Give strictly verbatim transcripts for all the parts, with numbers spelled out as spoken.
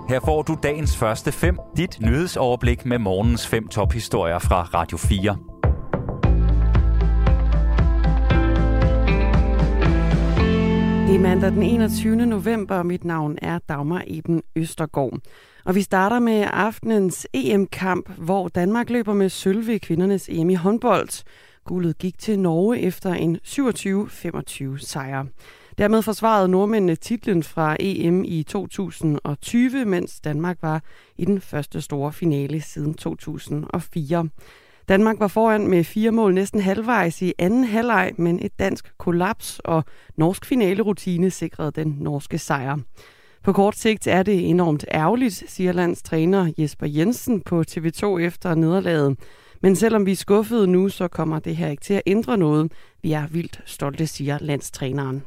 Her får du dagens første fem, dit nyhedsoverblik med morgens fem tophistorier fra Radio fire. Det er mandag den enogtyvende november, og mit navn er Dagmar Eben Østergaard. Og vi starter med aftenens E M-kamp, hvor Danmark løber med sølv ved kvindernes E M i håndbold. Guldet gik til Norge efter en syvogtyve femogtyve sejr. Dermed forsvarede nordmændene titlen fra E M i to tusind og tyve, mens Danmark var i den første store finale siden to tusind og fire. Danmark var foran med fire mål næsten halvvejs i anden halvleg, men et dansk kollaps og norsk finalerutine sikrede den norske sejr. På kort sigt er det enormt ærgerligt, siger landstræner Jesper Jensen på T V to efter nederlaget. Men selvom vi er skuffede nu, så kommer det her ikke til at ændre noget. Vi er vildt stolte, siger landstræneren.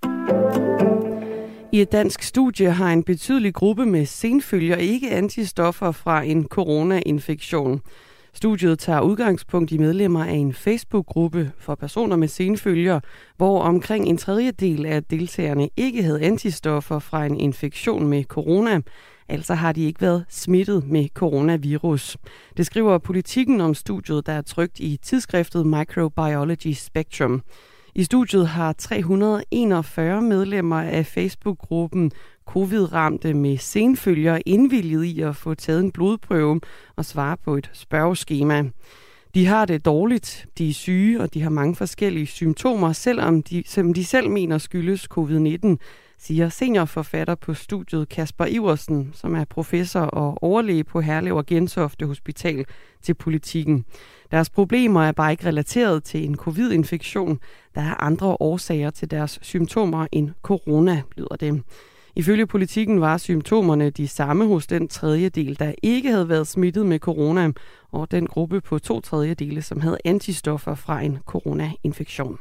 I et dansk studie har en betydelig gruppe med senfølger ikke antistoffer fra en coronainfektion. Studiet tager udgangspunkt i medlemmer af en Facebook-gruppe for personer med senfølger, hvor omkring en tredjedel af deltagerne ikke havde antistoffer fra en infektion med corona. Altså har de ikke været smittet med coronavirus. Det skriver Politikken om studiet, der er trykt i tidsskriftet Microbiology Spectrum. I studiet har tre hundrede og enogfyrre medlemmer af Facebook-gruppen covid-ramte med senfølger indvilliget i at få taget en blodprøve og svare på et spørgeskema. De har det dårligt, de er syge, og de har mange forskellige symptomer, selvom de, som de selv mener skyldes covid nitten, siger seniorforfatter på studiet Kasper Iversen, som er professor og overlæge på Herlev og Gentofte Hospital, til Politikken. Deres problemer er bare ikke relateret til en covid-infektion. Der er andre årsager til deres symptomer end corona, lyder det. Ifølge Politikken var symptomerne de samme hos den tredjedel, der ikke havde været smittet med corona, og den gruppe på to tredjedele, som havde antistoffer fra en coronainfektion.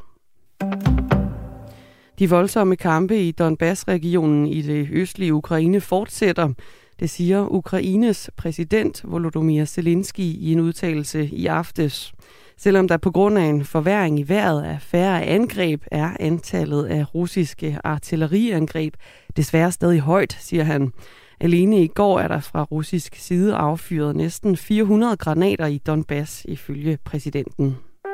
De voldsomme kampe i Donbass-regionen i det østlige Ukraine fortsætter. Det siger Ukraines præsident Volodymyr Zelensky i en udtalelse i aftes. Selvom der på grund af en forværring i vejret af færre angreb, er antallet af russiske artilleriangreb desværre stadig højt, siger han. Alene i går er der fra russisk side affyret næsten fire hundrede granater i Donbass, ifølge præsidenten.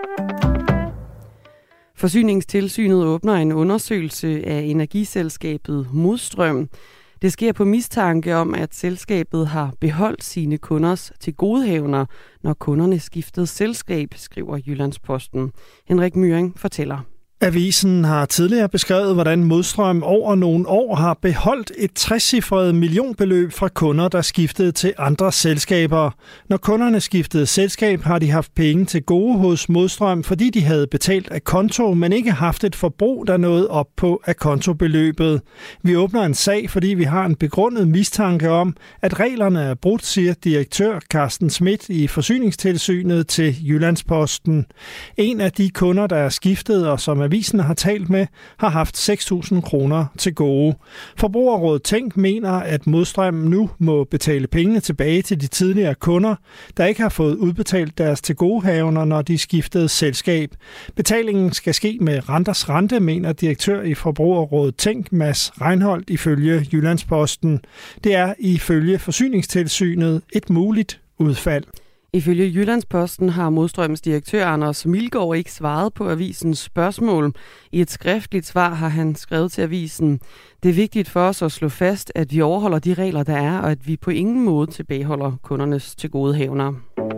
Forsyningstilsynet åbner en undersøgelse af energiselskabet Modstrøm. Det sker på mistanke om, at selskabet har beholdt sine kunders tilgodehavender, når kunderne skiftede selskab, skriver Jyllandsposten. Henrik Myring fortæller. Avisen har tidligere beskrevet, hvordan Modstrøm over nogle år har beholdt et trecifret millionbeløb fra kunder, der skiftede til andre selskaber. Når kunderne skiftede selskab, har de haft penge til gode hos Modstrøm, fordi de havde betalt af konto, men ikke haft et forbrug, der nåede op på af kontobeløbet. Vi åbner en sag, fordi vi har en begrundet mistanke om, at reglerne er brudt, siger direktør Carsten Schmidt i Forsyningstilsynet til Jyllandsposten. En af de kunder, der er skiftet og som avisen har talt med, har haft seks tusind kroner til gode. Forbrugerrådet Tænk mener, at Modstrøm nu må betale pengene tilbage til de tidligere kunder, der ikke har fået udbetalt deres tilgodehavender, når de skiftede selskab. Betalingen skal ske med renters rente, mener direktør i Forbrugerrådet Tænk, Mads Reinholdt, ifølge Jyllandsposten. Det er ifølge Forsyningstilsynet et muligt udfald. Ifølge Jyllandsposten har Modstrøms direktør Anders Milgaard ikke svaret på avisens spørgsmål. I et skriftligt svar har han skrevet til avisen: "Det er vigtigt for os at slå fast, at vi overholder de regler, der er, og at vi på ingen måde tilbageholder kundernes tilgodehavender."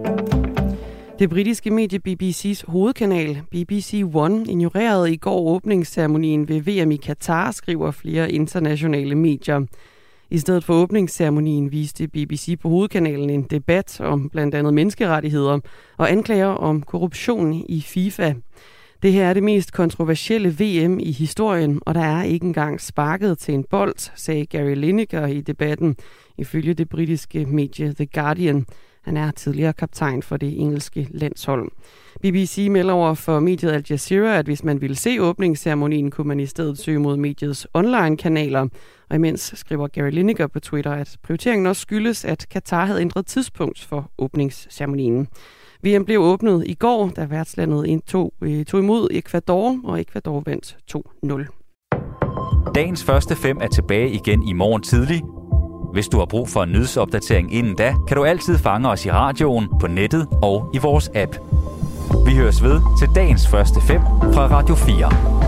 Det britiske medie B B C's hovedkanal, B B C One, ignorerede i går åbningsceremonien ved V M i Katar, skriver flere internationale medier. I stedet for åbningsceremonien viste B B C på hovedkanalen en debat om blandt andet menneskerettigheder og anklager om korruption i FIFA. Det her er det mest kontroversielle V M i historien, og der er ikke engang sparket til en bold, sagde Gary Lineker i debatten, ifølge det britiske medie The Guardian. Han er tidligere kaptajn for det engelske landshold. B B C melder over for mediet Al Jazeera, at hvis man ville se åbningsceremonien, kunne man i stedet søge mod mediets online-kanaler. Og imens skriver Gary Lineker på Twitter, at prioriteringen også skyldes, at Katar havde ændret tidspunkt for åbningsceremonien. V M blev åbnet i går, da værtslandet indtog, tog imod Ecuador, og Ecuador vandt to nul. Dagens første fem er tilbage igen i morgen tidlig. Hvis du har brug for en nyhedsopdatering inden da, kan du altid fange os i radioen, på nettet og i vores app. Vi høres ved til dagens første fem fra Radio fire.